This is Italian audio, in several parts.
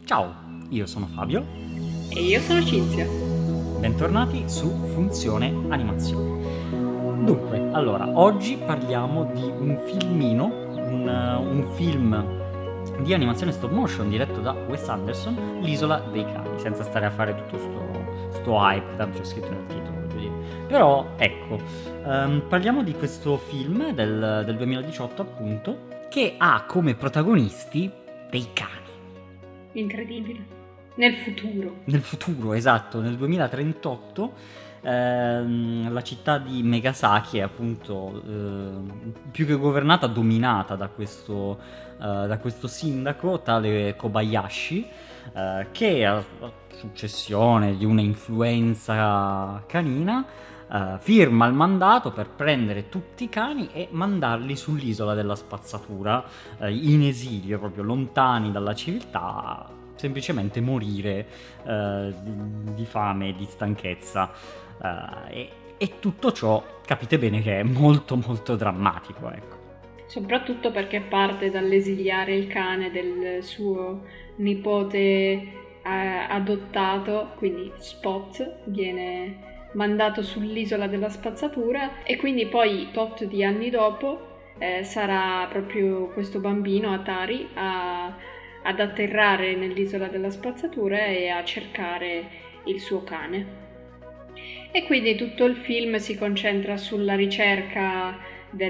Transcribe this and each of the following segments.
Ciao, io sono Fabio. E io sono Cinzia. Bentornati su Funzione Animazione. Dunque, allora, oggi parliamo di un filmino, un film di animazione stop motion diretto da Wes Anderson, L'isola dei cani, senza stare a fare tutto sto hype, tanto c'è scritto nel titolo, voglio dire. Però, ecco, parliamo di questo film del 2018, appunto, che ha come protagonisti dei cani. Incredibile. Nel futuro. Nel futuro, esatto, nel 2038 la città di Megasaki è appunto più che governata, dominata da questo sindaco, tale Kobayashi, che a successione di una influenza canina firma il mandato per prendere tutti i cani e mandarli sull'isola della spazzatura, in esilio, proprio lontani dalla civiltà, semplicemente morire di fame e di stanchezza. E tutto ciò capite bene che è molto molto drammatico, ecco. Soprattutto perché parte dall'esiliare il cane del suo nipote adottato, quindi Spot, viene mandato sull'isola della spazzatura e quindi poi tot di anni dopo sarà proprio questo bambino Atari ad atterrare nell'isola della spazzatura e a cercare il suo cane. E quindi tutto il film si concentra sulla ricerca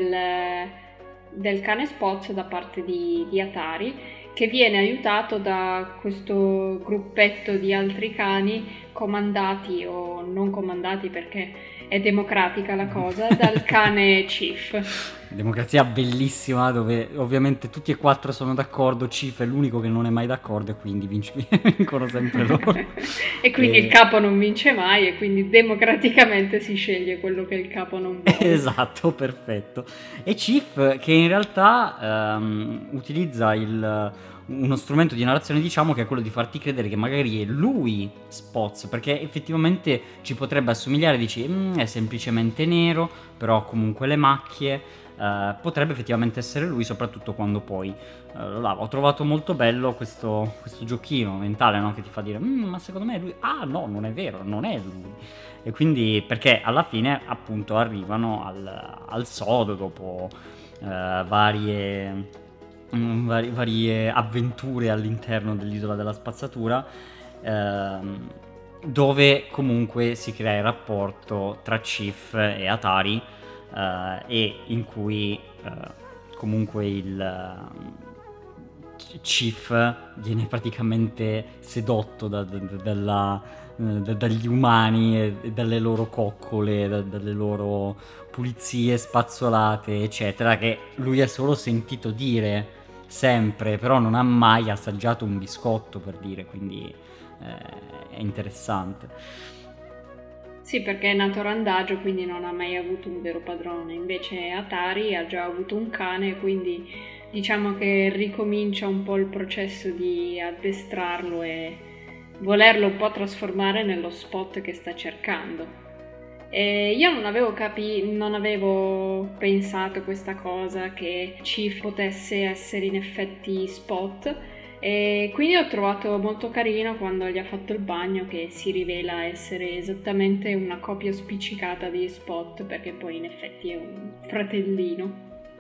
del cane Spot da parte di Atari, che viene aiutato da questo gruppetto di altri cani comandati o non comandati, perché è democratica la cosa, dal cane Chief. Democrazia bellissima, dove ovviamente tutti e quattro sono d'accordo, Chief è l'unico che non è mai d'accordo e quindi vincono sempre loro. E quindi il capo non vince mai e quindi democraticamente si sceglie quello che il capo non vuole. Esatto, perfetto. E Chief che in realtà utilizza uno strumento di narrazione, diciamo, che è quello di farti credere che magari è lui Spots, perché effettivamente ci potrebbe assomigliare, dici è semplicemente nero, però ha comunque le macchie. Potrebbe effettivamente essere lui, soprattutto quando poi lo lava. Ho trovato molto bello questo giochino mentale, no? Che ti fa dire ma secondo me è lui. Ah no, non è vero, non è lui. E quindi, perché alla fine appunto arrivano al sodo dopo varie avventure all'interno dell'isola della spazzatura, dove comunque si crea il rapporto tra Chief e Atari, e in cui comunque il Chief viene praticamente sedotto dagli umani e dalle loro coccole, dalle loro pulizie spazzolate, eccetera, che lui ha solo sentito dire sempre, però non ha mai assaggiato un biscotto, per dire, quindi è interessante. Sì, perché è nato randagio, quindi non ha mai avuto un vero padrone. Invece Atari ha già avuto un cane, quindi diciamo che ricomincia un po' il processo di addestrarlo e volerlo un po' trasformare nello Spot che sta cercando. E io non avevo pensato questa cosa, che Chief potesse essere in effetti Spot, e quindi ho trovato molto carino quando gli ha fatto il bagno, che si rivela essere esattamente una copia spiccicata di Spot, perché poi in effetti è un fratellino.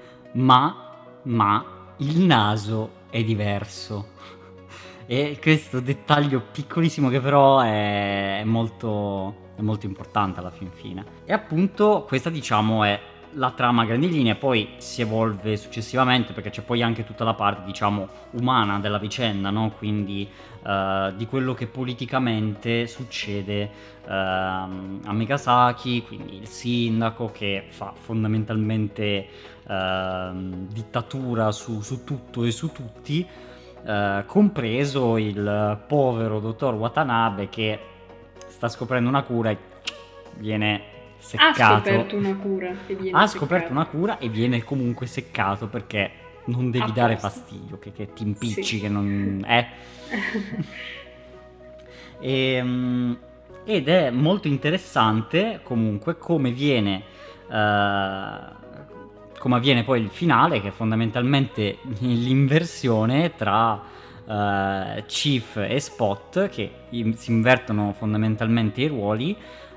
Ma il naso è diverso. E questo dettaglio piccolissimo che però è molto importante alla fin fine. E appunto questa, diciamo, è la trama a grandi linee, poi si evolve successivamente perché c'è poi anche tutta la parte, diciamo, umana della vicenda, no? Quindi di quello che politicamente succede a Megasaki, quindi il sindaco che fa fondamentalmente dittatura su tutto e su tutti, compreso il povero dottor Watanabe che sta scoprendo una cura e viene seccato. Ha scoperto una cura e viene Ha seccato. scoperto una cura e viene comunque seccato perché non devi Apposta. dare fastidio, che ti impicci, Sì. che non è. Ed è molto interessante comunque come avviene poi il finale, che è fondamentalmente l'inversione tra Chief e Spot, che si invertono fondamentalmente i ruoli,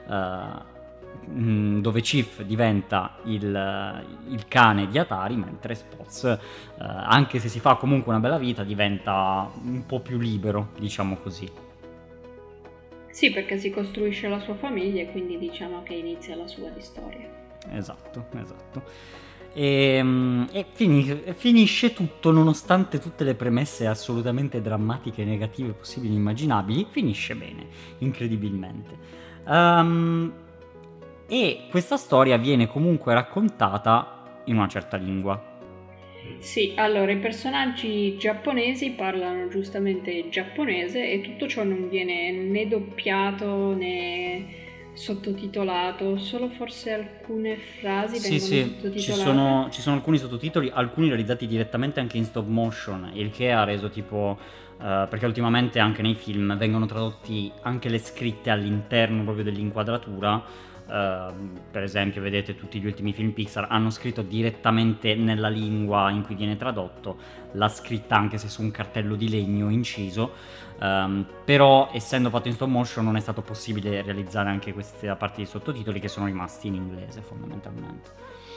dove Chief diventa il cane di Atari, mentre Spots, anche se si fa comunque una bella vita, diventa un po' più libero, diciamo così. Sì, perché si costruisce la sua famiglia e quindi diciamo che inizia la sua di storia. Esatto. E finisce tutto, nonostante tutte le premesse assolutamente drammatiche, negative, possibili e immaginabili, finisce bene, incredibilmente. E questa storia viene comunque raccontata in una certa lingua. Sì, allora i personaggi giapponesi parlano giustamente giapponese e tutto ciò non viene né doppiato né sottotitolato, solo forse alcune frasi vengono sottotitolate. Ci sono alcuni sottotitoli, alcuni realizzati direttamente anche in stop motion, il che ha reso tipo... perché ultimamente anche nei film vengono tradotti anche le scritte all'interno proprio dell'inquadratura. Per esempio, vedete, tutti gli ultimi film Pixar hanno scritto direttamente nella lingua in cui viene tradotto la scritta, anche se su un cartello di legno inciso. Però essendo fatto in stop motion non è stato possibile realizzare anche questa parte di sottotitoli, che sono rimasti in inglese fondamentalmente.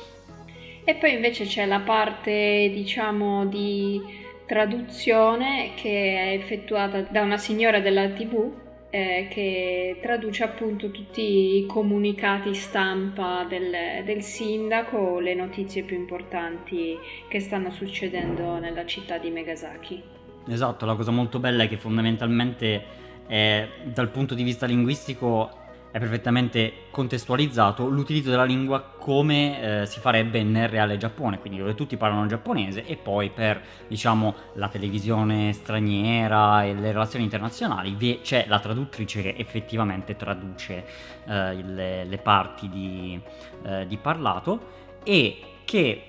E poi invece c'è la parte, diciamo, di traduzione che è effettuata da una signora della TV che traduce appunto tutti i comunicati stampa del sindaco, le notizie più importanti che stanno succedendo nella città di Megasaki. Esatto, la cosa molto bella è che fondamentalmente dal punto di vista linguistico è perfettamente contestualizzato l'utilizzo della lingua come si farebbe nel reale Giappone, quindi dove tutti parlano giapponese, e poi per, diciamo, la televisione straniera e le relazioni internazionali c'è la traduttrice che effettivamente traduce le parti di parlato, e che,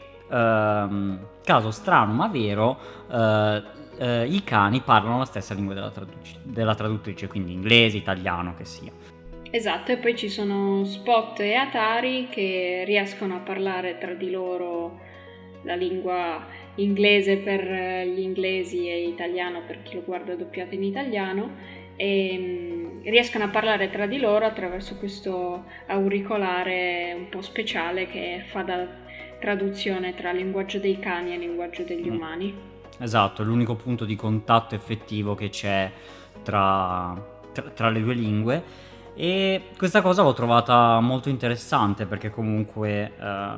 caso strano ma vero, i cani parlano la stessa lingua della traduttrice, quindi inglese, italiano che sia. Esatto, e poi ci sono Spot e Atari che riescono a parlare tra di loro la lingua inglese per gli inglesi e italiano per chi lo guarda doppiato in italiano, e riescono a parlare tra di loro attraverso questo auricolare un po' speciale che fa da traduzione tra linguaggio dei cani e linguaggio degli umani. Esatto, è l'unico punto di contatto effettivo che c'è tra le due lingue. E questa cosa l'ho trovata molto interessante, perché comunque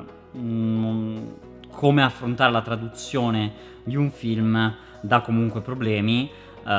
come affrontare la traduzione di un film dà comunque problemi.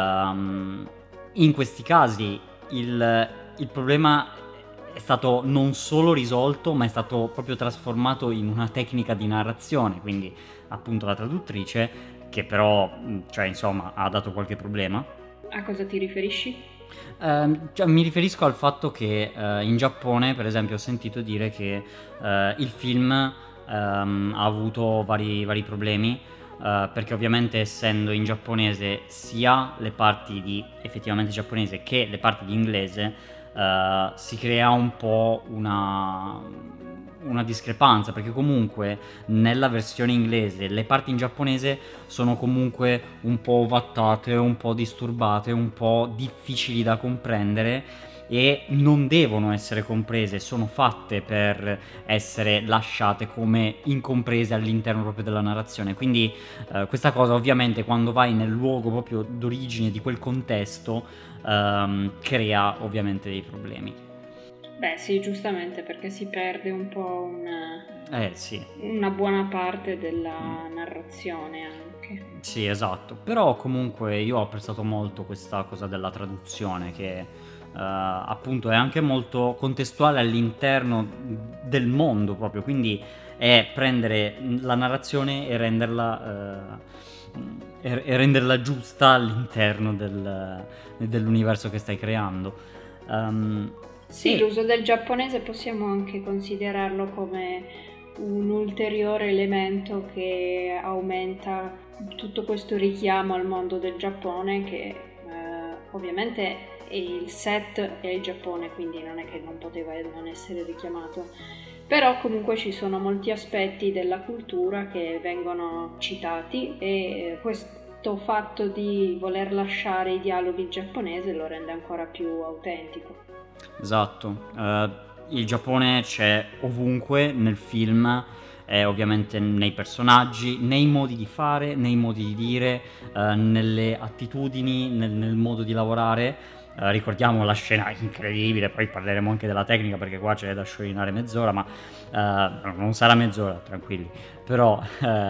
In questi casi il problema è stato non solo risolto, ma è stato proprio trasformato in una tecnica di narrazione, quindi appunto la traduttrice, che però, cioè, insomma, ha dato qualche problema. A cosa ti riferisci? Mi riferisco al fatto che in Giappone, per esempio, ho sentito dire che il film ha avuto vari problemi, perché ovviamente, essendo in giapponese, sia le parti di effettivamente giapponese che le parti di inglese, si crea un po' una discrepanza, perché comunque nella versione inglese le parti in giapponese sono comunque un po' ovattate, un po' disturbate, un po' difficili da comprendere, e non devono essere comprese, sono fatte per essere lasciate come incomprese all'interno proprio della narrazione. Quindi questa cosa, ovviamente, quando vai nel luogo proprio d'origine di quel contesto, crea ovviamente dei problemi. Beh sì, giustamente, perché si perde un po' una buona parte della narrazione anche. Sì, esatto. Però comunque io ho apprezzato molto questa cosa della traduzione, che appunto è anche molto contestuale all'interno del mondo proprio, quindi è prendere la narrazione e renderla giusta all'interno dell'universo che stai creando. Sì, l'uso del giapponese possiamo anche considerarlo come un ulteriore elemento che aumenta tutto questo richiamo al mondo del Giappone, che ovviamente il set è il Giappone, quindi non è che non poteva non essere richiamato, però comunque ci sono molti aspetti della cultura che vengono citati, e questo fatto di voler lasciare i dialoghi giapponesi lo rende ancora più autentico. Esatto, il Giappone c'è ovunque nel film, ovviamente nei personaggi, nei modi di fare, nei modi di dire, nelle attitudini, nel modo di lavorare. Ricordiamo la scena incredibile, poi parleremo anche della tecnica perché qua c'è da sciorinare mezz'ora, ma non sarà mezz'ora, tranquilli. Però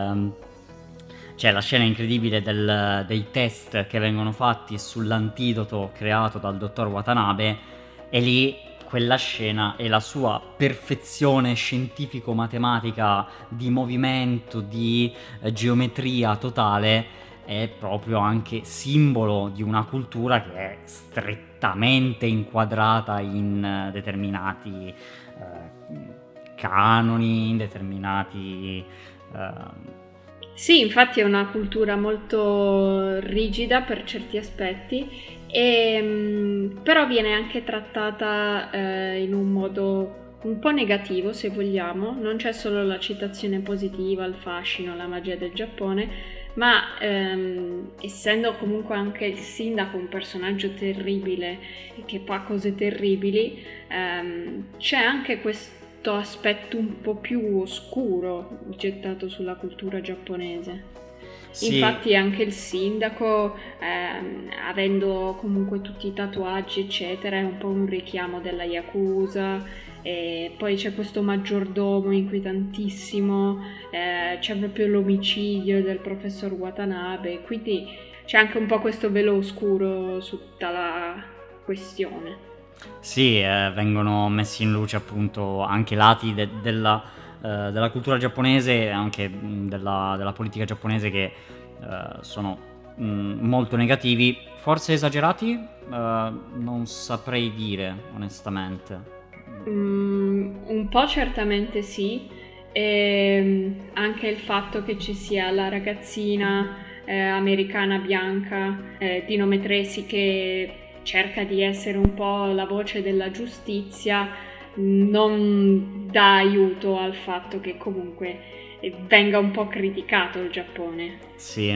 c'è la scena incredibile dei test che vengono fatti sull'antidoto creato dal dottor Watanabe, e lì quella scena e la sua perfezione scientifico-matematica di movimento, di geometria totale, è proprio anche simbolo di una cultura che è strettamente inquadrata in determinati canoni, in determinati... Sì, infatti è una cultura molto rigida per certi aspetti, però viene anche trattata in un modo un po' negativo, se vogliamo. Non c'è solo la citazione positiva, il fascino, la magia del Giappone, ma essendo comunque anche il sindaco un personaggio terribile e che fa cose terribili, c'è anche questo aspetto un po' più oscuro gettato sulla cultura giapponese. Sì. Infatti anche il sindaco, avendo comunque tutti i tatuaggi eccetera, è un po' un richiamo della Yakuza, e poi c'è questo maggiordomo inquietantissimo, c'è proprio l'omicidio del professor Watanabe, quindi c'è anche un po' questo velo oscuro su tutta la questione. Sì, vengono messi in luce appunto anche lati della cultura giapponese e anche della politica giapponese che sono molto negativi, forse esagerati, non saprei dire onestamente. Un po' certamente sì, e anche il fatto che ci sia la ragazzina americana bianca di nome Tracy che cerca di essere un po' la voce della giustizia, non dà aiuto al fatto che comunque venga un po' criticato il Giappone. Sì,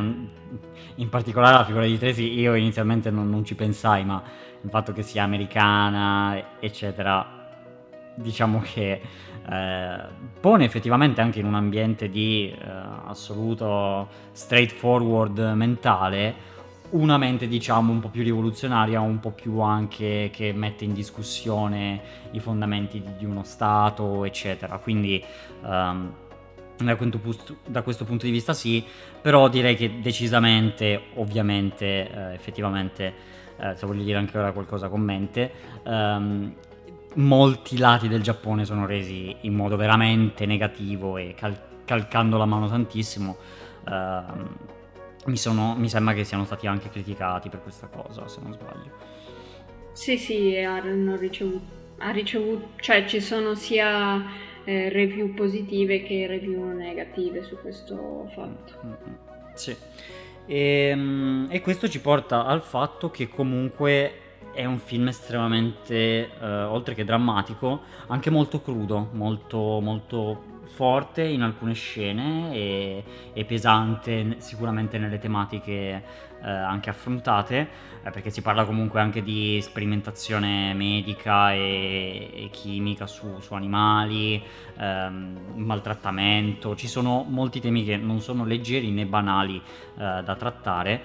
in particolare la figura di Tracy io inizialmente non ci pensai, ma il fatto che sia americana eccetera, diciamo che pone effettivamente anche in un ambiente di assoluto straightforward mentale una mente diciamo un po' più rivoluzionaria, un po' più anche che mette in discussione i fondamenti di uno Stato eccetera, quindi da questo punto di vista sì, però direi che decisamente ovviamente effettivamente se voglio dire anche ora qualcosa con mente, molti lati del Giappone sono resi in modo veramente negativo e calcando la mano tantissimo. Mi sembra che siano stati anche criticati per questa cosa, se non sbaglio. Sì, hanno ricevuto, cioè ci sono sia review positive che review negative su questo fatto. Sì. E questo ci porta al fatto che comunque è un film estremamente, oltre che drammatico, anche molto crudo, molto, molto forte in alcune scene e pesante sicuramente nelle tematiche anche affrontate, perché si parla comunque anche di sperimentazione medica e chimica su animali, maltrattamento. Ci sono molti temi che non sono leggeri né banali da trattare,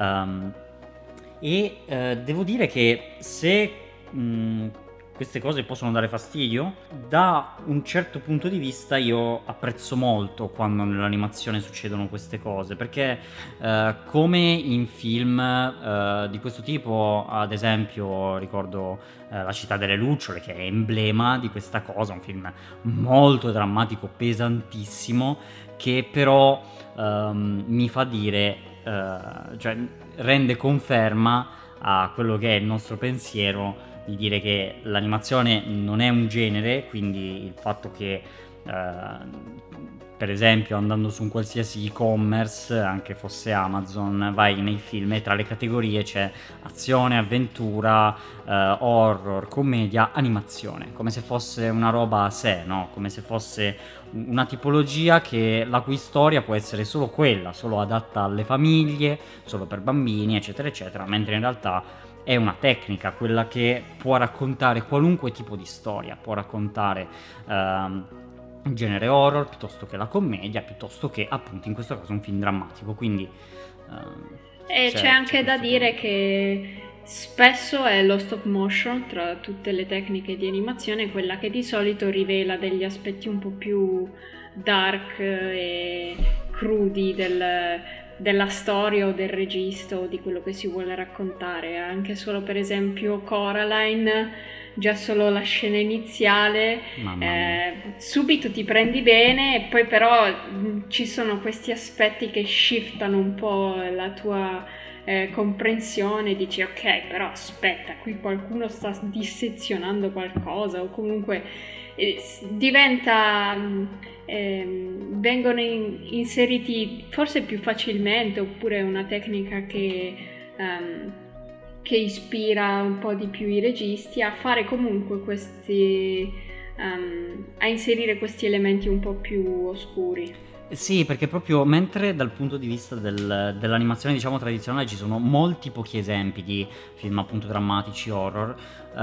e devo dire che se queste cose possono dare fastidio, da un certo punto di vista io apprezzo molto quando nell'animazione succedono queste cose, perché come in film di questo tipo, ad esempio ricordo La città delle lucciole, che è emblema di questa cosa, un film molto drammatico, pesantissimo, che però mi fa dire, cioè rende conferma a quello che è il nostro pensiero di dire che l'animazione non è un genere, quindi il fatto che Per esempio, andando su un qualsiasi e-commerce, anche fosse Amazon, vai nei film e tra le categorie c'è azione, avventura, horror, commedia, animazione, come se fosse una roba a sé, no? Come se fosse una tipologia che la cui storia può essere solo quella, solo adatta alle famiglie, solo per bambini, eccetera, eccetera, mentre in realtà è una tecnica, quella che può raccontare qualunque tipo di storia, può raccontare il genere horror, piuttosto che la commedia, piuttosto che appunto in questo caso un film drammatico, quindi e c'è anche da dire che spesso è lo stop motion tra tutte le tecniche di animazione quella che di solito rivela degli aspetti un po' più dark e crudi della storia o del regista o di quello che si vuole raccontare. Anche solo per esempio Coraline, già solo la scena iniziale, subito ti prendi bene, e poi però ci sono questi aspetti che shiftano un po' la tua comprensione, dici ok, però aspetta, qui qualcuno sta dissezionando qualcosa, o comunque diventa vengono inseriti forse più facilmente, oppure una tecnica che ispira un po' di più i registi a fare comunque a inserire questi elementi un po' più oscuri. Sì, perché proprio mentre dal punto di vista dell'animazione diciamo tradizionale ci sono molti pochi esempi di film appunto drammatici horror,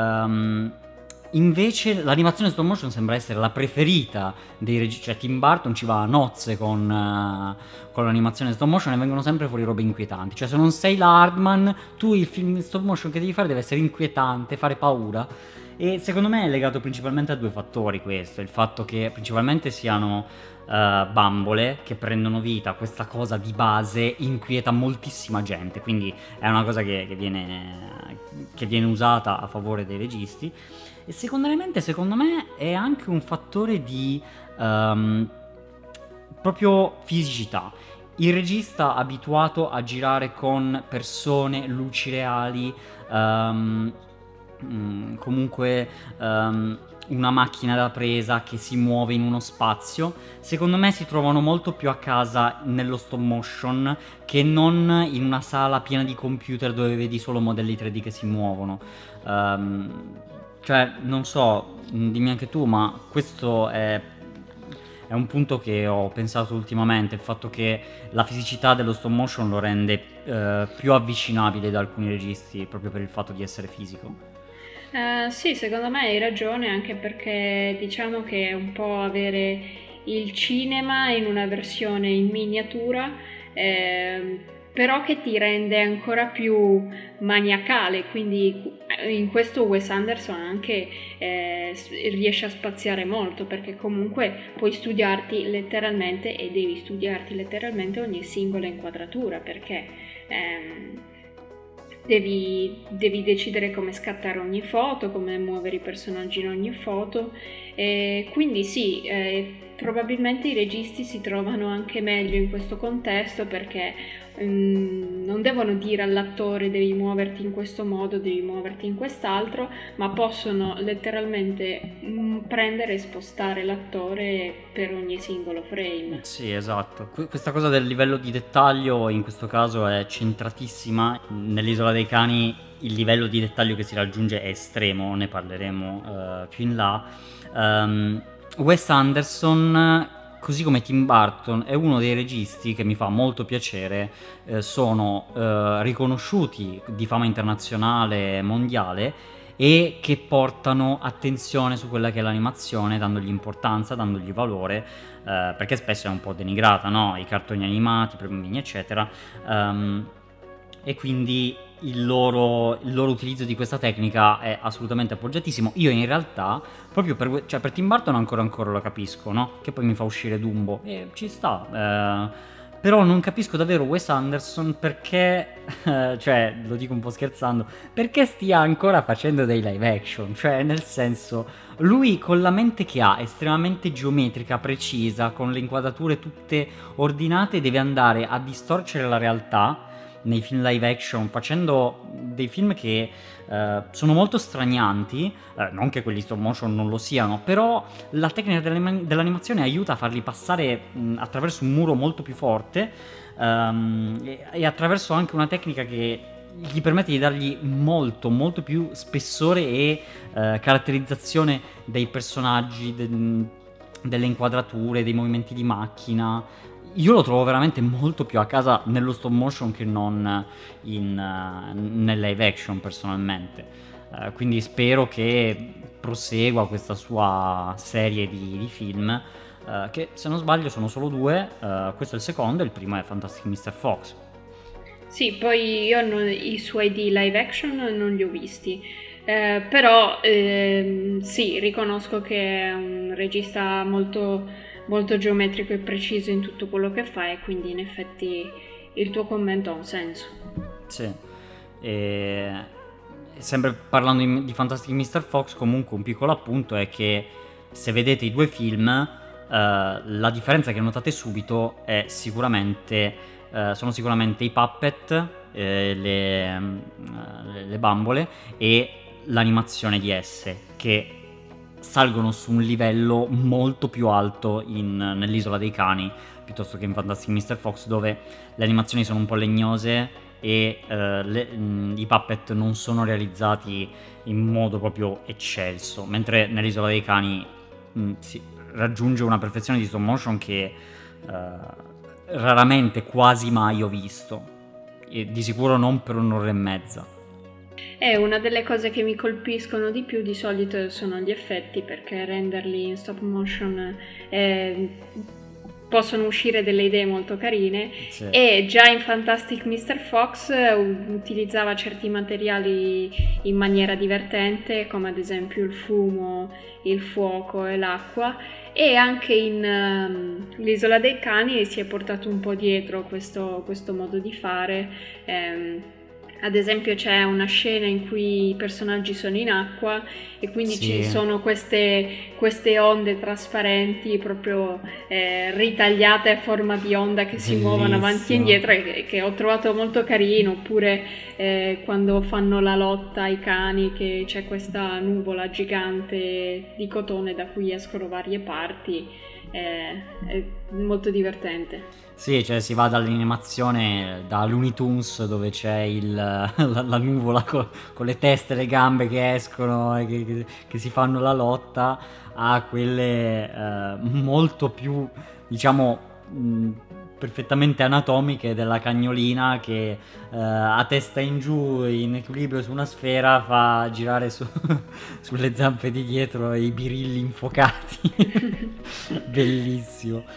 invece l'animazione stop motion sembra essere la preferita dei registi, cioè Tim Burton ci va a nozze con l'animazione stop motion e vengono sempre fuori robe inquietanti, cioè se non sei la Hardman, tu il film stop motion che devi fare deve essere inquietante, fare paura, e secondo me è legato principalmente a due fattori questo, il fatto che principalmente siano bambole che prendono vita, questa cosa di base inquieta moltissima gente, quindi è una cosa che viene usata a favore dei registi. E secondariamente, secondo me, è anche un fattore di proprio fisicità. Il regista abituato a girare con persone, luci reali, comunque una macchina da presa che si muove in uno spazio, secondo me si trovano molto più a casa nello stop motion che non in una sala piena di computer dove vedi solo modelli 3D che si muovono. Cioè, non so, dimmi anche tu, ma questo è un punto che ho pensato ultimamente, il fatto che la fisicità dello stop motion lo rende più avvicinabile da alcuni registi proprio per il fatto di essere fisico. Sì, secondo me hai ragione, anche perché diciamo che è un po' avere il cinema in una versione in miniatura, però che ti rende ancora più maniacale, quindi in questo Wes Anderson anche riesce a spaziare molto, perché comunque puoi studiarti letteralmente e devi studiarti letteralmente ogni singola inquadratura, perché devi decidere come scattare ogni foto, come muovere i personaggi in ogni foto, e quindi sì, probabilmente i registi si trovano anche meglio in questo contesto, perché non devono dire all'attore devi muoverti in questo modo, devi muoverti in quest'altro, ma possono letteralmente prendere e spostare l'attore per ogni singolo frame. Sì, esatto. Questa cosa del livello di dettaglio in questo caso è centratissima. Nell'Isola dei Cani il livello di dettaglio che si raggiunge è estremo, ne parleremo più in là. Wes Anderson, così come Tim Burton, è uno dei registi che mi fa molto piacere, sono riconosciuti di fama internazionale, mondiale, e che portano attenzione su quella che è l'animazione, dandogli importanza, dandogli valore, perché spesso è un po' denigrata, no? I cartoni animati per bambini, eccetera. E quindi il loro utilizzo di questa tecnica è assolutamente appoggiatissimo. Io in realtà, proprio per Tim Burton ancora lo capisco, no? Che poi mi fa uscire Dumbo, e ci sta. Però non capisco davvero Wes Anderson perché, cioè lo dico un po' scherzando, perché stia ancora facendo dei live action. Cioè, nel senso, lui con la mente che ha, estremamente geometrica, precisa, con le inquadrature tutte ordinate, deve andare a distorcere la realtà nei film live action, facendo dei film che sono molto stranianti, non che quelli stop motion non lo siano, però la tecnica dell'animazione aiuta a farli passare attraverso un muro molto più forte, e attraverso anche una tecnica che gli permette di dargli molto molto più spessore e caratterizzazione dei personaggi, delle inquadrature, dei movimenti di macchina. Io lo trovo veramente molto più a casa nello stop motion che non nel live action personalmente. Quindi spero che prosegua questa sua serie di film, che se non sbaglio sono solo due. Questo è il secondo e il primo è Fantastic Mr. Fox. Sì, poi io i suoi di live action non li ho visti, però sì, riconosco che è un regista molto, molto geometrico e preciso in tutto quello che fa, e quindi in effetti il tuo commento ha un senso. Sì, e sempre parlando di Fantastic Mr. Fox, comunque un piccolo appunto è che se vedete i due film, la differenza che notate subito è sono sicuramente i puppet, le bambole e l'animazione di esse, che salgono su un livello molto più alto nell'Isola dei Cani piuttosto che in Fantastic Mr. Fox, dove le animazioni sono un po' legnose e i puppet non sono realizzati in modo proprio eccelso, mentre nell'Isola dei Cani si raggiunge una perfezione di stop motion che raramente, quasi mai ho visto, e di sicuro non per un'ora e mezza. Una delle cose che mi colpiscono di più di solito sono gli effetti, perché renderli in stop motion possono uscire delle idee molto carine. Sì. E già in Fantastic Mr. Fox utilizzava certi materiali in maniera divertente, come ad esempio il fumo, il fuoco e l'acqua, e anche in l'Isola dei Cani si è portato un po' dietro questo modo di fare. Ad esempio c'è una scena in cui i personaggi sono in acqua e quindi sì, ci sono queste onde trasparenti proprio ritagliate a forma di onda che si muovono avanti e indietro, che ho trovato molto carino. Oppure quando fanno la lotta ai cani, che c'è questa nuvola gigante di cotone da cui escono varie parti, è molto divertente. Sì, cioè si va dall'animazione da Looney Tunes, dove c'è la nuvola con le teste e le gambe che escono e che si fanno la lotta, a quelle molto più, diciamo, perfettamente anatomiche della cagnolina che a testa in giù, in equilibrio su una sfera, fa girare sulle zampe di dietro i birilli infuocati. Bellissimo.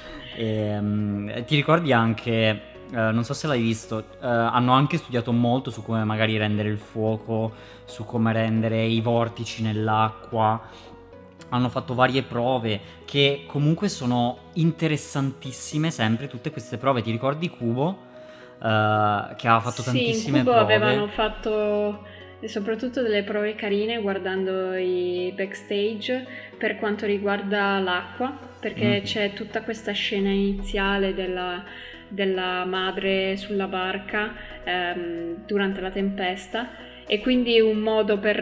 Ti ricordi anche, non so se l'hai visto, hanno anche studiato molto su come magari rendere il fuoco, su come rendere i vortici nell'acqua. Hanno fatto varie prove che comunque sono interessantissime, sempre tutte queste prove. Ti ricordi Kubo, che ha fatto tantissime Kubo prove? Avevano fatto soprattutto delle prove carine guardando i backstage per quanto riguarda l'acqua, perché c'è tutta questa scena iniziale della madre sulla barca durante la tempesta, e quindi un modo per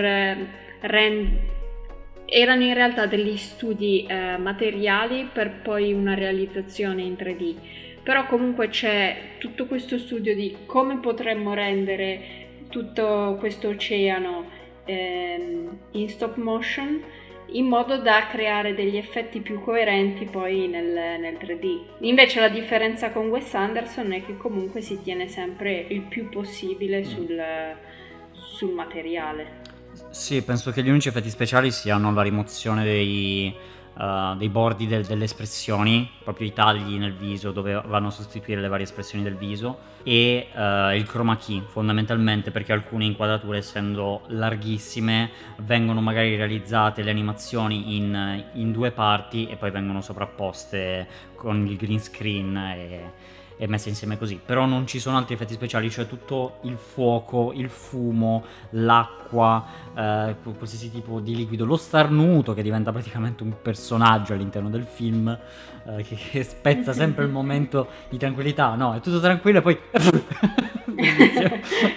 erano in realtà degli studi materiali per poi una realizzazione in 3D, però comunque c'è tutto questo studio di come potremmo rendere tutto questo oceano in stop motion, in modo da creare degli effetti più coerenti poi nel 3D. Invece la differenza con Wes Anderson è che comunque si tiene sempre il più possibile sul materiale. Sì, penso che gli unici effetti speciali siano la rimozione dei bordi delle espressioni, proprio i tagli nel viso dove vanno a sostituire le varie espressioni del viso, e il chroma key, fondamentalmente perché alcune inquadrature, essendo larghissime, vengono magari realizzate le animazioni in due parti e poi vengono sovrapposte con il green screen, è messa insieme così, però non ci sono altri effetti speciali, cioè tutto il fuoco, il fumo, l'acqua, qualsiasi tipo di liquido, lo starnuto che diventa praticamente un personaggio all'interno del film, che spezza sempre il momento di tranquillità, no, è tutto tranquillo e poi bellissimo.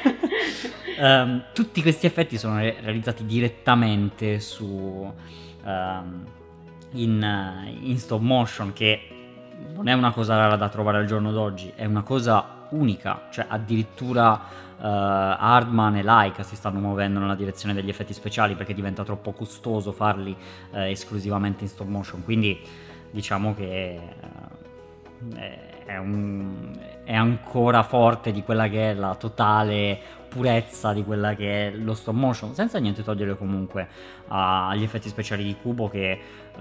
Tutti questi effetti sono realizzati direttamente in stop motion, che non è una cosa rara da trovare al giorno d'oggi, è una cosa unica, cioè addirittura Hardman e Laika si stanno muovendo nella direzione degli effetti speciali perché diventa troppo costoso farli esclusivamente in stop motion, quindi diciamo che è ancora forte di quella che è la totale purezza di quella che è lo stop motion, senza niente togliere comunque agli effetti speciali di Kubo che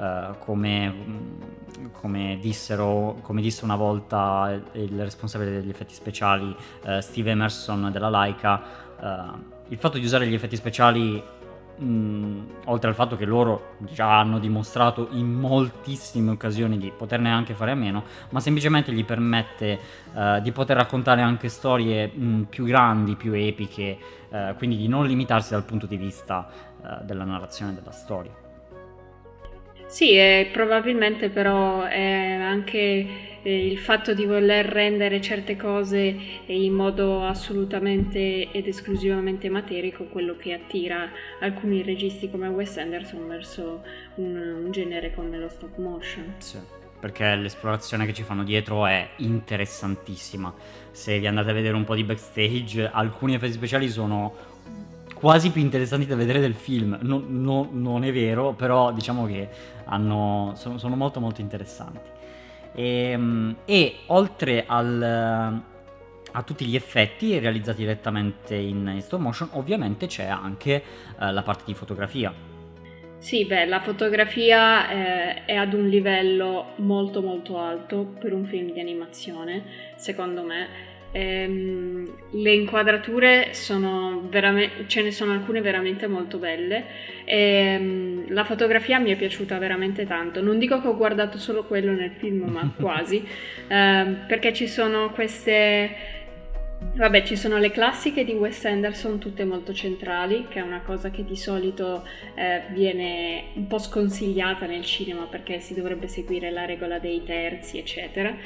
come disse una volta il responsabile degli effetti speciali, Steve Emerson della Laika, il fatto di usare gli effetti speciali, oltre al fatto che loro già hanno dimostrato in moltissime occasioni di poterne anche fare a meno, ma semplicemente gli permette di poter raccontare anche storie più grandi, più epiche, quindi di non limitarsi dal punto di vista della narrazione della storia. Sì, probabilmente però è anche il fatto di voler rendere certe cose in modo assolutamente ed esclusivamente materico quello che attira alcuni registi come Wes Anderson verso un genere come lo stop motion. Sì, perché l'esplorazione che ci fanno dietro è interessantissima. Se vi andate a vedere un po' di backstage, alcuni effetti speciali sono quasi più interessanti da vedere del film. Non è vero, però diciamo che sono molto molto interessanti. E oltre a tutti gli effetti realizzati direttamente in stop motion, ovviamente c'è anche la parte di fotografia. Sì, la fotografia è ad un livello molto molto alto per un film di animazione, secondo me. Le inquadrature sono veramente, ce ne sono alcune veramente molto belle. La fotografia mi è piaciuta veramente tanto. Non dico che ho guardato solo quello nel film, ma quasi, perché ci sono ci sono le classiche di Wes Anderson, tutte molto centrali, che è una cosa che di solito viene un po' sconsigliata nel cinema perché si dovrebbe seguire la regola dei terzi, eccetera.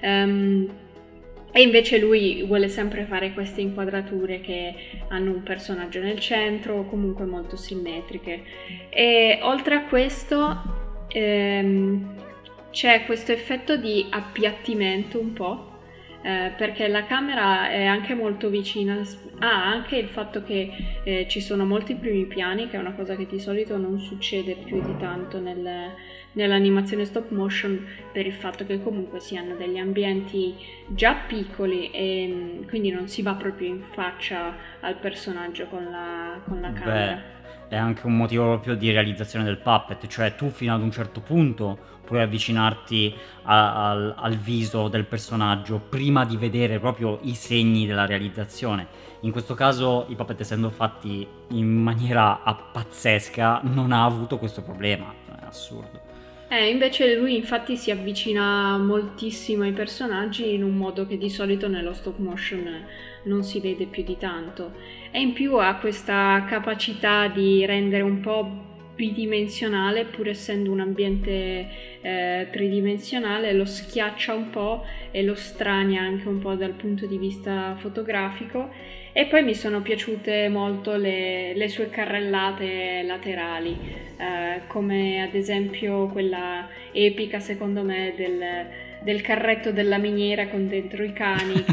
E invece lui vuole sempre fare queste inquadrature che hanno un personaggio nel centro o comunque molto simmetriche. E oltre a questo c'è questo effetto di appiattimento un po', perché la camera è anche molto vicina. Anche il fatto che ci sono molti primi piani, che è una cosa che di solito non succede più di tanto nell'animazione stop motion, per il fatto che comunque si hanno degli ambienti già piccoli e quindi non si va proprio in faccia al personaggio con la camera. È anche un motivo proprio di realizzazione del puppet, cioè tu fino ad un certo punto puoi avvicinarti al viso del personaggio prima di vedere proprio i segni della realizzazione. In questo caso i puppet, essendo fatti in maniera pazzesca, non ha avuto questo problema, è assurdo. Invece lui infatti si avvicina moltissimo ai personaggi in un modo che di solito nello stop motion non si vede più di tanto, e in più ha questa capacità di rendere un po' bidimensionale, pur essendo un ambiente tridimensionale, lo schiaccia un po' e lo strania anche un po' dal punto di vista fotografico. E poi mi sono piaciute molto le sue carrellate laterali, come ad esempio quella epica secondo me del carretto della miniera con dentro i cani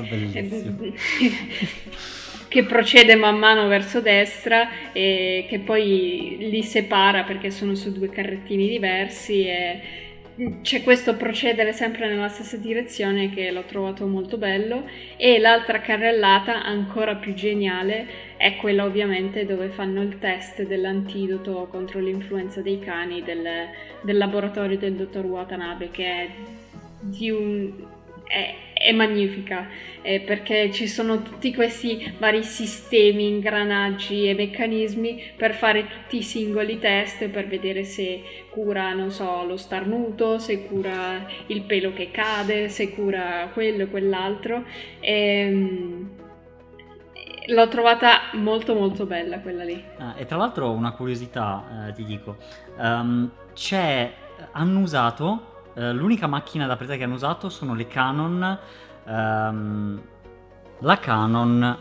che procede man mano verso destra e che poi li separa perché sono su due carrettini diversi, e c'è questo procedere sempre nella stessa direzione che l'ho trovato molto bello. E l'altra carrellata ancora più geniale è quella ovviamente dove fanno il test dell'antidoto contro l'influenza dei cani del laboratorio del dottor Watanabe, che è è magnifica, perché ci sono tutti questi vari sistemi, ingranaggi e meccanismi per fare tutti i singoli test, per vedere se cura, non so, lo starnuto, se cura il pelo che cade, se cura quello e quell'altro. L'ho trovata molto molto bella quella lì. E tra l'altro una curiosità, ti dico, hanno usato, l'unica macchina da presa che hanno usato sono le Canon, la Canon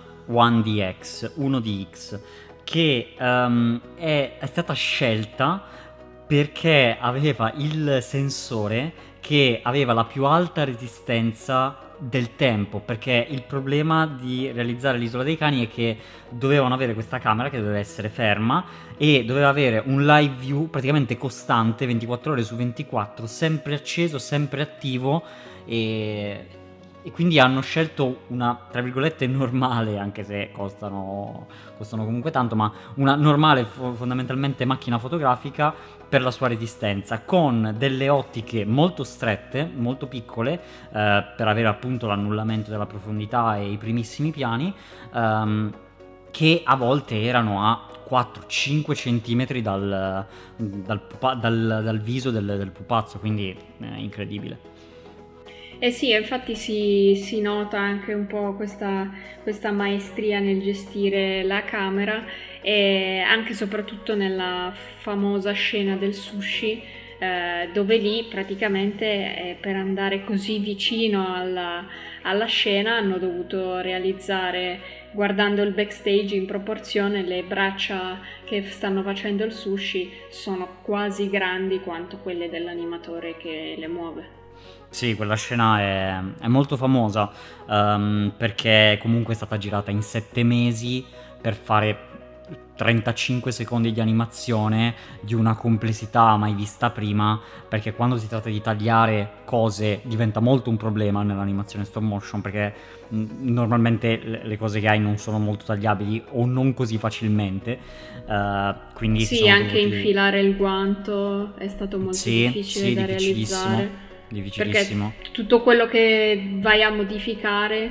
1DX, che è stata scelta perché aveva il sensore che aveva la più alta resistenza del tempo, perché il problema di realizzare l'Isola dei Cani è che dovevano avere questa camera che doveva essere ferma e doveva avere un live view praticamente costante 24 ore su 24, sempre acceso, sempre attivo, e quindi hanno scelto una, tra virgolette, normale, anche se costano comunque tanto, ma una normale fondamentalmente macchina fotografica per la sua resistenza, con delle ottiche molto strette, molto piccole, per avere appunto l'annullamento della profondità e i primissimi piani, che a volte erano a 4-5 centimetri dal viso del pupazzo, quindi incredibile. Eh sì, infatti si nota anche un po' questa maestria nel gestire la camera, e anche e soprattutto nella famosa scena del sushi, dove lì praticamente per andare così vicino alla scena hanno dovuto realizzare, guardando il backstage in proporzione, le braccia che stanno facendo il sushi sono quasi grandi quanto quelle dell'animatore che le muove. Sì, quella scena è molto famosa, perché comunque è stata girata in 7 mesi per fare 35 secondi di animazione di una complessità mai vista prima, perché quando si tratta di tagliare cose diventa molto un problema nell'animazione stop motion, perché normalmente le cose che hai non sono molto tagliabili o non così facilmente, quindi sì, anche infilare il guanto è stato molto difficile da realizzare. Difficilissimo. Perché tutto quello che vai a modificare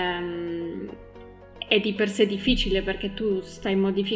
è di per sé difficile, perché tu stai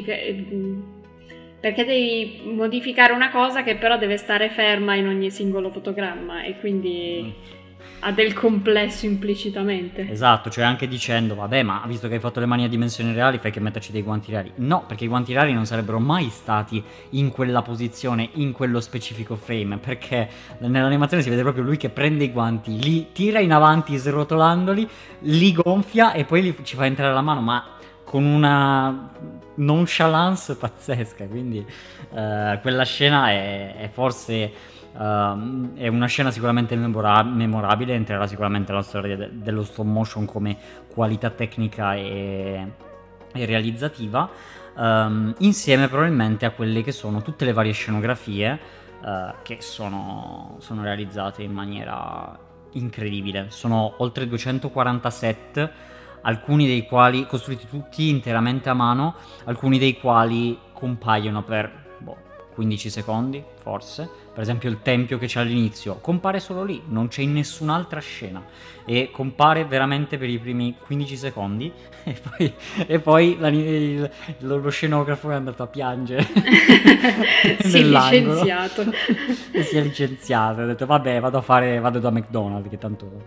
perché devi modificare una cosa che però deve stare ferma in ogni singolo fotogramma, e quindi ha del complesso implicitamente. Esatto, cioè anche dicendo vabbè, ma visto che hai fatto le mani a dimensioni reali fai che metterci dei guanti reali. No, perché i guanti reali non sarebbero mai stati in quella posizione, in quello specifico frame, perché nell'animazione si vede proprio lui che prende i guanti, li tira in avanti srotolandoli, li gonfia e poi ci fa entrare la mano, ma con una nonchalance pazzesca. Quindi quella scena è forse è una scena sicuramente memorabile, entrerà sicuramente nella storia dello stop motion come qualità tecnica e realizzativa, insieme probabilmente a quelle che sono tutte le varie scenografie che sono realizzate in maniera incredibile. Sono oltre 240 set, alcuni dei quali costruiti tutti interamente a mano, alcuni dei quali compaiono per 15 secondi forse. Per esempio il tempio che c'è all'inizio compare solo lì, non c'è in nessun'altra scena, e compare veramente per i primi 15 secondi e poi lo scenografo è andato a piangere si è licenziato. E si è licenziato, ha detto vabbè, vado da McDonald's che tanto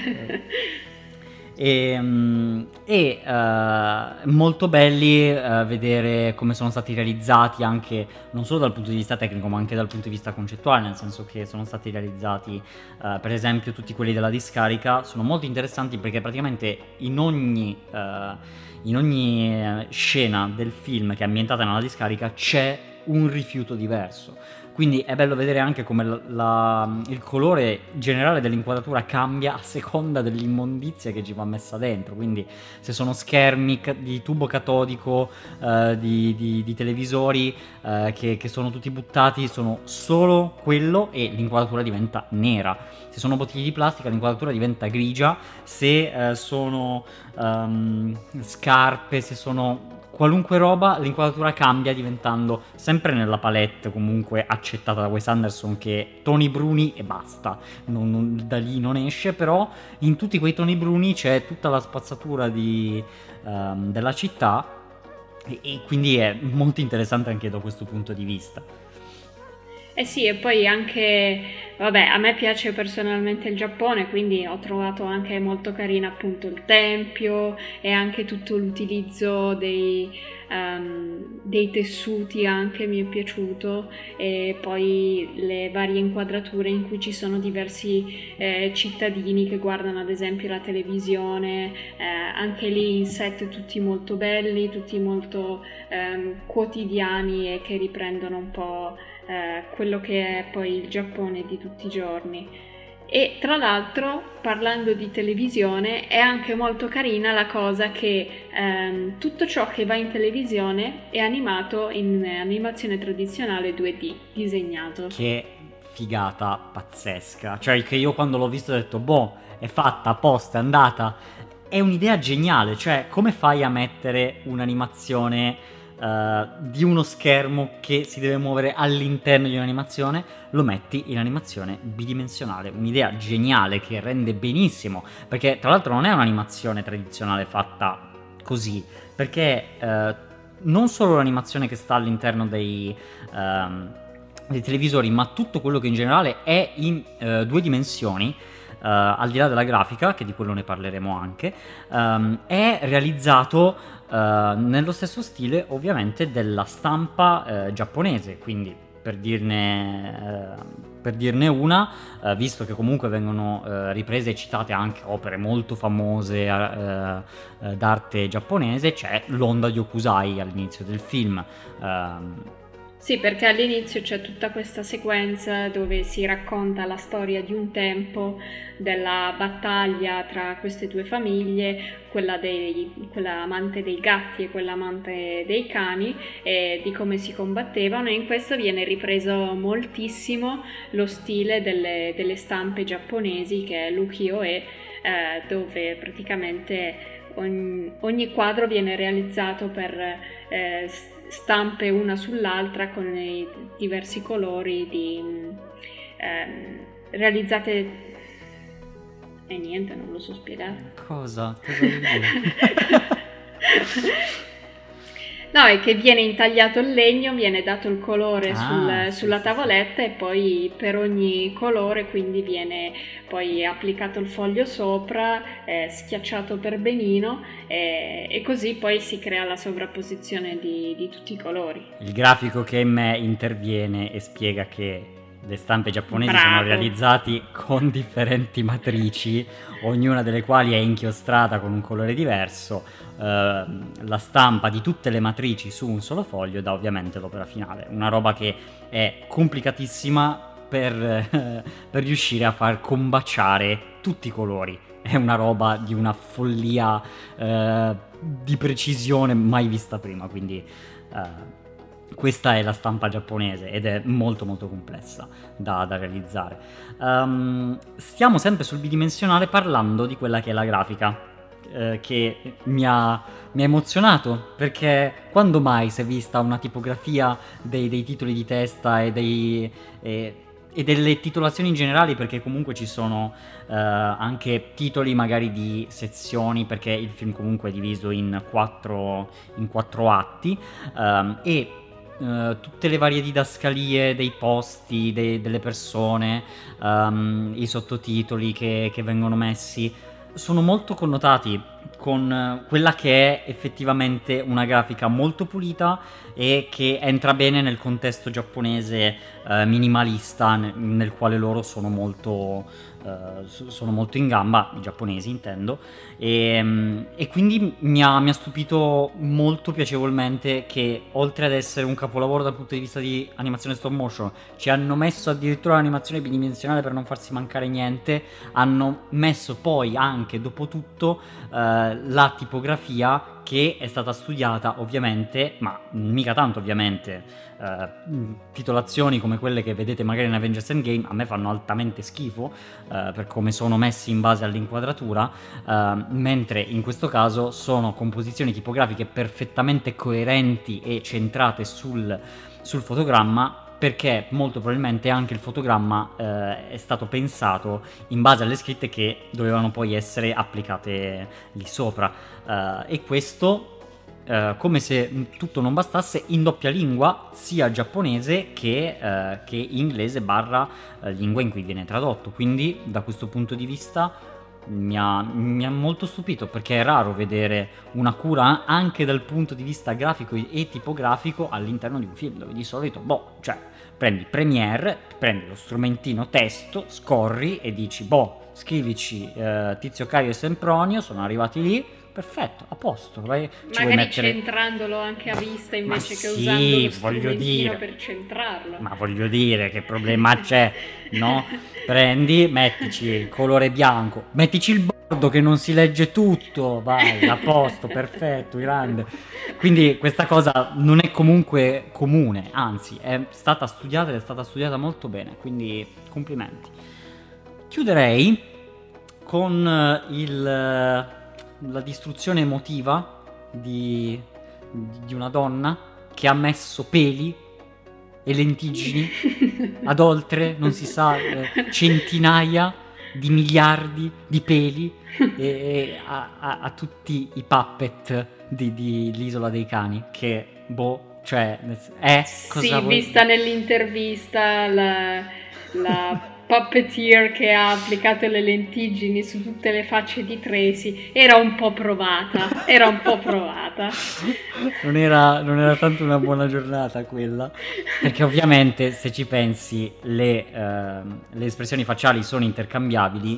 molto belli vedere come sono stati realizzati, anche non solo dal punto di vista tecnico ma anche dal punto di vista concettuale, nel senso che sono stati realizzati per esempio tutti quelli della discarica sono molto interessanti, perché praticamente in ogni scena del film che è ambientata nella discarica c'è un rifiuto diverso. Quindi è bello vedere anche come il colore generale dell'inquadratura cambia a seconda dell'immondizia che ci va messa dentro. Quindi se sono schermi di tubo catodico, di televisori che sono tutti buttati, sono solo quello e l'inquadratura diventa nera. Se sono bottiglie di plastica l'inquadratura diventa grigia, se sono scarpe, se sono qualunque roba, l'inquadratura cambia diventando sempre nella palette comunque accettata da Wes Anderson, che toni bruni e basta, da lì non esce, però in tutti quei toni bruni c'è tutta la spazzatura della città e quindi è molto interessante anche da questo punto di vista. Eh sì, e poi anche, vabbè, a me piace personalmente il Giappone, quindi ho trovato anche molto carina appunto il tempio e anche tutto l'utilizzo dei tessuti anche mi è piaciuto, e poi le varie inquadrature in cui ci sono diversi cittadini che guardano ad esempio la televisione, anche lì in set tutti molto belli, tutti molto quotidiani e che riprendono un po' quello che è poi il Giappone di tutti i giorni. E tra l'altro, parlando di televisione, è anche molto carina la cosa che tutto ciò che va in televisione è animato in animazione tradizionale 2D, disegnato. Che figata pazzesca, cioè che io quando l'ho visto ho detto boh, è fatta apposta, è andata. È un'idea geniale, cioè come fai a mettere un'animazione di uno schermo che si deve muovere all'interno di un'animazione, lo metti in animazione bidimensionale. Un'idea geniale che rende benissimo, perché tra l'altro non è un'animazione tradizionale fatta così, perché non solo l'animazione che sta all'interno dei televisori, ma tutto quello che in generale è in 2 dimensioni, al di là della grafica, che di quello ne parleremo anche, è realizzato nello stesso stile ovviamente della stampa giapponese. Quindi per dirne una, visto che comunque vengono riprese e citate anche opere molto famose d'arte giapponese, c'è l'onda di Hokusai all'inizio del film. Sì, perché all'inizio c'è tutta questa sequenza dove si racconta la storia di un tempo, della battaglia tra queste due famiglie, quella amante dei gatti e quella amante dei cani, e di come si combattevano, e in questo viene ripreso moltissimo lo stile delle stampe giapponesi, che è l'ukiyo-e, dove praticamente ogni quadro viene realizzato per stampe una sull'altra con i diversi colori realizzate e niente, non lo so spiegare. Cosa vuol dire? No, è che viene intagliato il legno, viene dato il colore sulla tavoletta, e poi per ogni colore quindi viene poi applicato il foglio sopra, schiacciato per benino, e così poi si crea la sovrapposizione di tutti i colori. Il grafico che in me interviene e spiega che le stampe giapponesi Bravo. sono realizzate con differenti matrici, ognuna delle quali è inchiostrata con un colore diverso. La stampa di tutte le matrici su un solo foglio dà ovviamente l'opera finale. Una roba che è complicatissima per riuscire a far combaciare tutti i colori. È una roba di una follia di precisione mai vista prima, quindi questa è la stampa giapponese ed è molto molto complessa da realizzare. Stiamo sempre sul bidimensionale parlando di quella che è la grafica, che mi ha emozionato, perché quando mai si è vista una tipografia dei titoli di testa e delle titolazioni in generale, perché comunque ci sono anche titoli magari di sezioni, perché il film comunque è diviso in quattro atti, e tutte le varie didascalie dei posti, delle persone, i sottotitoli che vengono messi sono molto connotati con quella che è effettivamente una grafica molto pulita e che entra bene nel contesto giapponese minimalista, nel quale loro sono molto in gamba, i giapponesi intendo, e quindi mi ha stupito molto piacevolmente che, oltre ad essere un capolavoro dal punto di vista di animazione stop motion, ci hanno messo addirittura l'animazione bidimensionale per non farsi mancare niente, hanno messo poi anche dopo tutto la tipografia che è stata studiata ovviamente, ma mica tanto ovviamente. Titolazioni come quelle che vedete magari in Avengers Endgame a me fanno altamente schifo per come sono messi in base all'inquadratura, mentre in questo caso sono composizioni tipografiche perfettamente coerenti e centrate sul fotogramma, perché molto probabilmente anche il fotogramma è stato pensato in base alle scritte che dovevano poi essere applicate lì sopra, e questo, come se tutto non bastasse, in doppia lingua, sia giapponese che inglese barra lingua in cui viene tradotto. Quindi da questo punto di vista mi ha molto stupito, perché è raro vedere una cura anche dal punto di vista grafico e tipografico all'interno di un film, dove di solito, cioè prendi Premiere, prendi lo strumentino testo, scorri e dici, scrivici Tizio Caio e Sempronio, sono arrivati lì, perfetto, a posto. Ci magari mettere... centrandolo anche a vista invece che sì, usando lo strumentino per centrarlo. Ma voglio dire, che problema c'è, no? Prendi, mettici il colore bianco, mettici il bordo che non si legge tutto, vai, a posto, perfetto, grande. Quindi questa cosa non è comunque comune, anzi è stata studiata ed è stata studiata molto bene, quindi complimenti. Chiuderei con la distruzione emotiva di una donna che ha messo peli e lentiggini ad oltre, non si sa, centinaia di miliardi di peli a tutti i puppet di l'Isola dei Cani, che cioè cosa sì, vista nell'intervista la puppeteer che ha applicato le lentiggini su tutte le facce di Tracy era un po' provata. Non era tanto una buona giornata quella, perché ovviamente se ci pensi le espressioni facciali sono intercambiabili,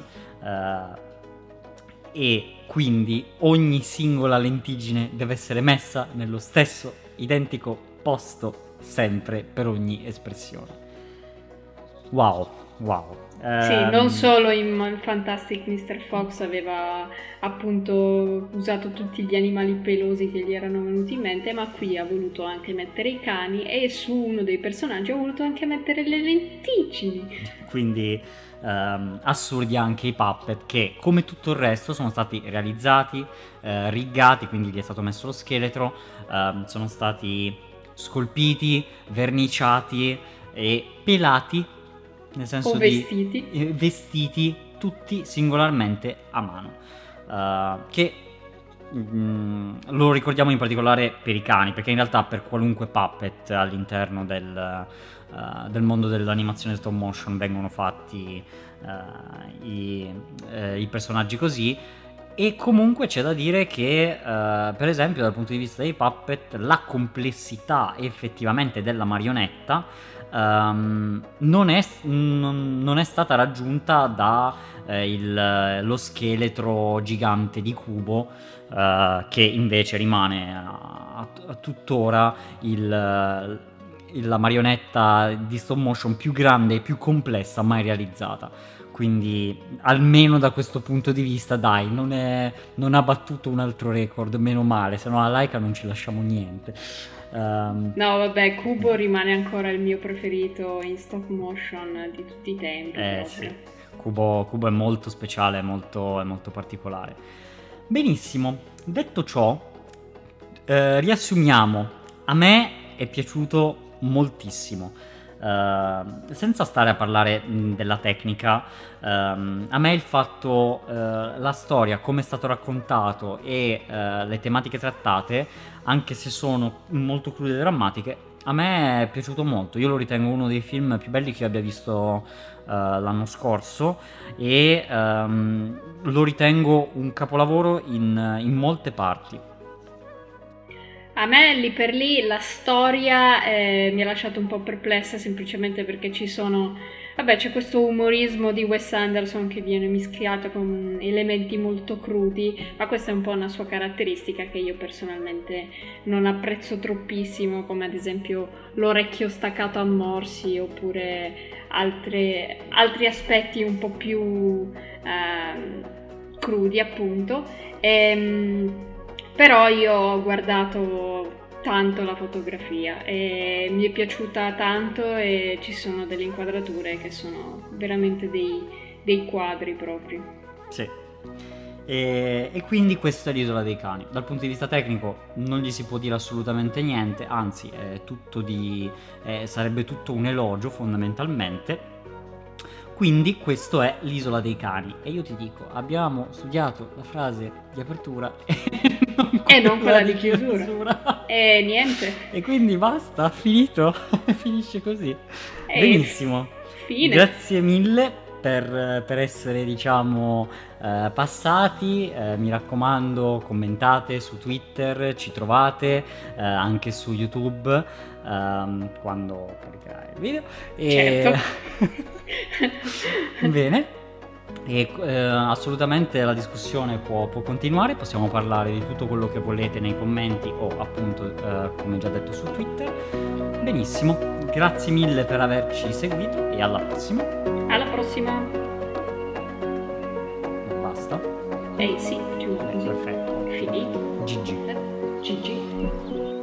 e quindi ogni singola lentiggine deve essere messa nello stesso identico posto sempre per ogni espressione. Wow. Sì, non solo in Fantastic Mr. Fox aveva appunto usato tutti gli animali pelosi che gli erano venuti in mente, ma qui ha voluto anche mettere i cani, e su uno dei personaggi ha voluto anche mettere le lentiggini. Quindi assurdi anche i puppet, che come tutto il resto sono stati realizzati, riggati, quindi gli è stato messo lo scheletro, sono stati scolpiti, verniciati e pelati, nel senso o vestiti. Vestiti tutti singolarmente a mano, che lo ricordiamo in particolare per i cani, perché in realtà per qualunque puppet all'interno del mondo dell'animazione stop motion vengono fatti i personaggi così. E comunque c'è da dire che per esempio dal punto di vista dei puppet la complessità effettivamente della marionetta non è stata raggiunta da lo scheletro gigante di Kubo, che invece rimane a tuttora la marionetta di stop motion più grande e più complessa mai realizzata. Quindi almeno da questo punto di vista non ha battuto un altro record, meno male, se no a Laika non ci lasciamo niente. No, vabbè, Kubo rimane ancora il mio preferito in stop motion di tutti i tempi. Sì, Kubo è molto speciale, è molto particolare. Benissimo, detto ciò, riassumiamo. A me è piaciuto moltissimo. Senza stare a parlare della tecnica, a me il fatto, la storia, come è stato raccontato e le tematiche trattate, anche se sono molto crude e drammatiche, a me è piaciuto molto. Io lo ritengo uno dei film più belli che io abbia visto l'anno scorso, e lo ritengo un capolavoro in molte parti. A me lì per lì la storia mi ha lasciato un po' perplessa, semplicemente perché c'è questo umorismo di Wes Anderson che viene mischiato con elementi molto crudi, ma questa è un po' una sua caratteristica che io personalmente non apprezzo troppissimo, come ad esempio l'orecchio staccato a morsi, oppure altri aspetti un po' più crudi, appunto. Però io ho guardato tanto la fotografia e mi è piaciuta tanto, e ci sono delle inquadrature che sono veramente dei quadri proprio. Sì. E quindi questa è l'Isola dei Cani. Dal punto di vista tecnico non gli si può dire assolutamente niente, anzi sarebbe tutto un elogio fondamentalmente. Quindi questo è l'Isola dei Cani. E io ti dico, abbiamo studiato la frase di apertura e non quella di chiusura. E niente. E quindi basta, finito. Finisce così. Benissimo. Fine. Grazie mille per essere, diciamo, passati. Mi raccomando, commentate su Twitter, ci trovate anche su YouTube quando caricherai il video. Certo. Bene. E assolutamente la discussione può continuare, possiamo parlare di tutto quello che volete nei commenti o appunto come già detto su Twitter. Benissimo, grazie mille per averci seguito e alla prossima. Alla prossima. Basta? Sì, più così. Perfetto. Finito. GG. GG.